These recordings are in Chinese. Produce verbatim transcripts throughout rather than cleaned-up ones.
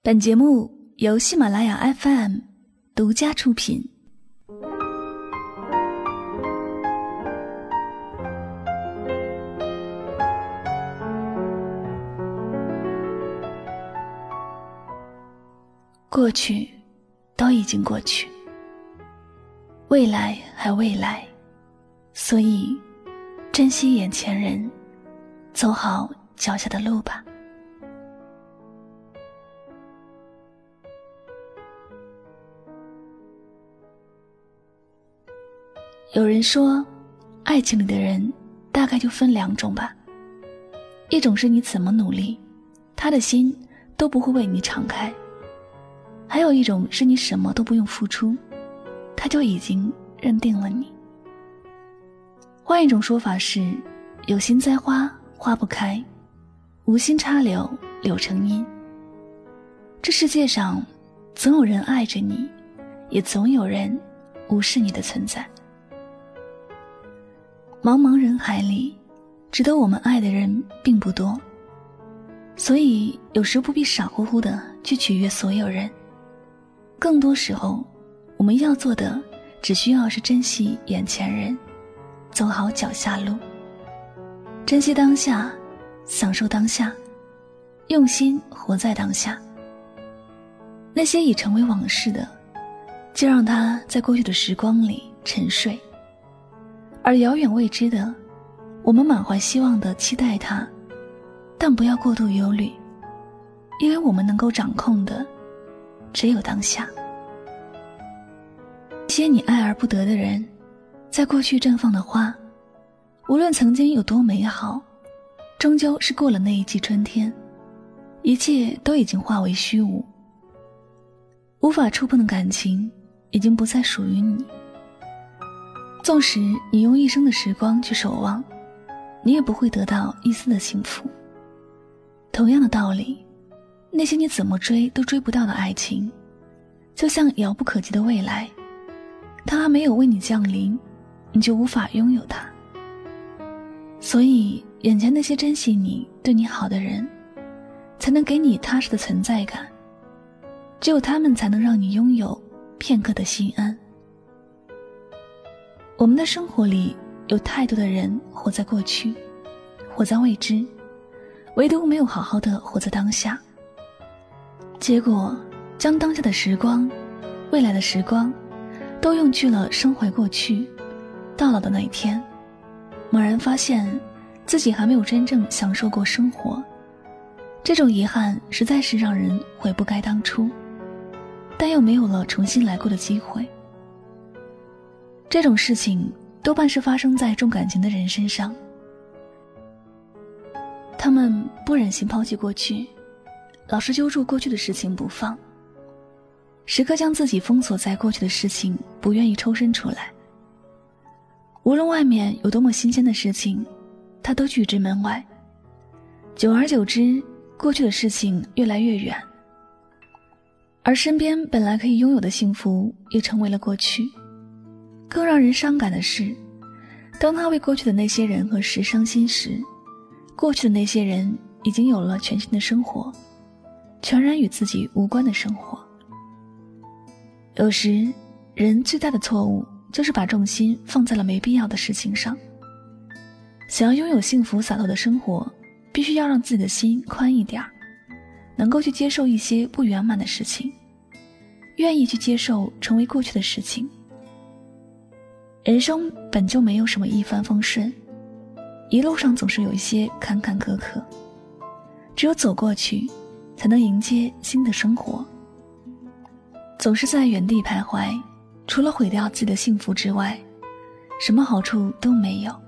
本节目由喜马拉雅 F M 独家出品。过去都已经过去，未来还未来，所以珍惜眼前人，走好脚下的路吧。有人说，爱情里的人大概就分两种吧，一种是你怎么努力，他的心都不会为你敞开，还有一种是你什么都不用付出，他就已经认定了你。换一种说法是，有心栽花花不开，无心插柳柳成荫。这世界上总有人爱着你，也总有人无视你的存在。茫茫人海里，值得我们爱的人并不多，所以有时不必傻乎乎的去取悦所有人。更多时候，我们要做的只需要是珍惜眼前人，走好脚下路，珍惜当下，享受当下，用心活在当下。那些已成为往事的，就让它在过去的时光里沉睡，而遥远未知的，我们满怀希望地期待它，但不要过度忧虑，因为我们能够掌控的只有当下。一些你爱而不得的人，在过去绽放的花，无论曾经有多美好，终究是过了那一季春天，一切都已经化为虚无。无法触碰的感情已经不再属于你，纵使你用一生的时光去守望，你也不会得到一丝的幸福。同样的道理，那些你怎么追都追不到的爱情，就像遥不可及的未来，它还没有为你降临，你就无法拥有它。所以眼前那些珍惜你对你好的人，才能给你踏实的存在感，只有他们才能让你拥有片刻的心安。我们的生活里有太多的人活在过去，活在未知，唯独没有好好的活在当下。结果将当下的时光，未来的时光都用去了生回过去，到老的那一天，猛然发现自己还没有真正享受过生活。这种遗憾实在是让人悔不该当初，但又没有了重新来过的机会。这种事情多半是发生在重感情的人身上，他们不忍心抛弃过去，老是揪住过去的事情不放，时刻将自己封锁在过去的事情，不愿意抽身出来。无论外面有多么新鲜的事情，他都拒之门外。久而久之，过去的事情越来越远，而身边本来可以拥有的幸福也成为了过去。更让人伤感的是，当他为过去的那些人和事伤心时，过去的那些人已经有了全新的生活，全然与自己无关的生活。有时人最大的错误就是把重心放在了没必要的事情上。想要拥有幸福洒脱的生活，必须要让自己的心宽一点，能够去接受一些不圆满的事情，愿意去接受成为过去的事情。人生本就没有什么一帆风顺，一路上总是有一些坎坎坷坷，只有走过去，才能迎接新的生活。总是在原地徘徊，除了毁掉自己的幸福之外，什么好处都没有。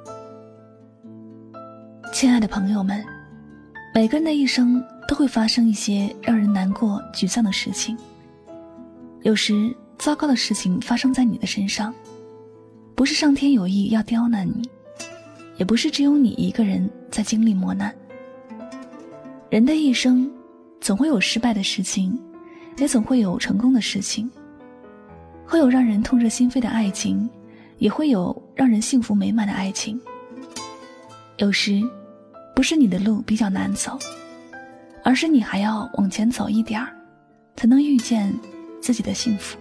亲爱的朋友们，每个人的一生都会发生一些让人难过沮丧的事情，有时糟糕的事情发生在你的身上，不是上天有意要刁难你，也不是只有你一个人在经历磨难。人的一生总会有失败的事情，也总会有成功的事情，会有让人痛彻心扉的爱情，也会有让人幸福美满的爱情。有时不是你的路比较难走， 而是你还要往前走一点儿，才能遇见自己的幸福。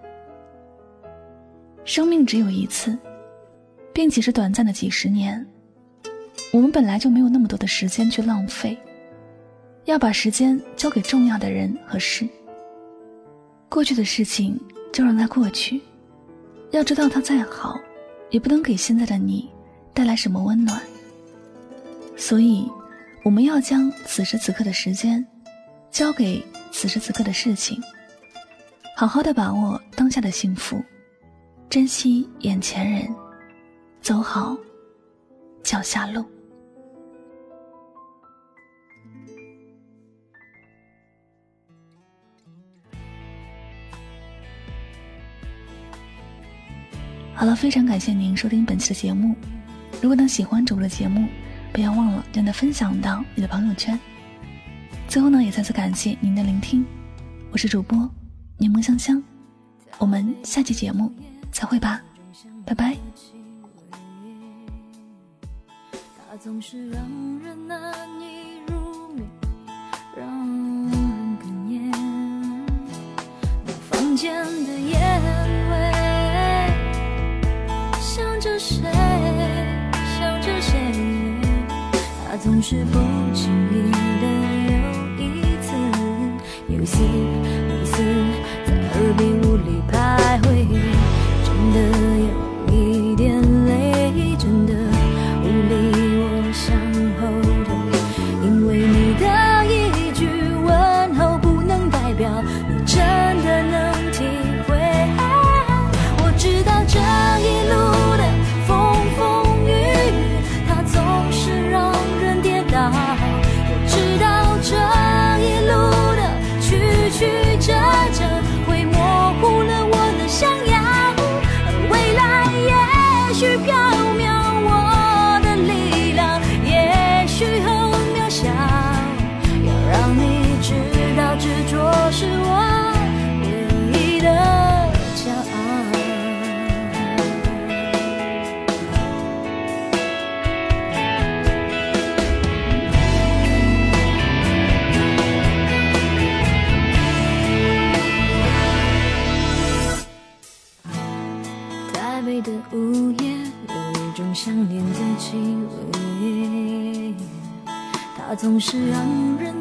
生命只有一次，并且是短暂的几十年，我们本来就没有那么多的时间去浪费，要把时间交给重要的人和事。过去的事情就让它过去，要知道它再好，也不能给现在的你带来什么温暖。所以我们要将此时此刻的时间交给此时此刻的事情，好好的把握当下的幸福，珍惜眼前人，走好脚下路。好了，非常感谢您收听本期的节目。如果能喜欢主播的节目，不要忘了将它分享到你的朋友圈。最后呢，也再次感谢您的聆听，我是主播柠檬香香，我们下期节目再会吧，拜拜。 它总是让人难以入眠，让人哽咽。那房间的烟味，想着谁，想着谁，它总是不经意的有一次有一丝一丝在耳边无力徘徊，真的有一点累，真的无力我向后退，因为你的一句问候不能代表你真的能体会。我知道这一路的风风雨雨，它总是让人跌倒，我知道这一路的曲曲折折会模糊了我的想要，而未来也许缥缈，我的力量也许很渺小，要让你知道执着是我唯一的骄傲。台北的午夜有一种想念的气味，它总是让人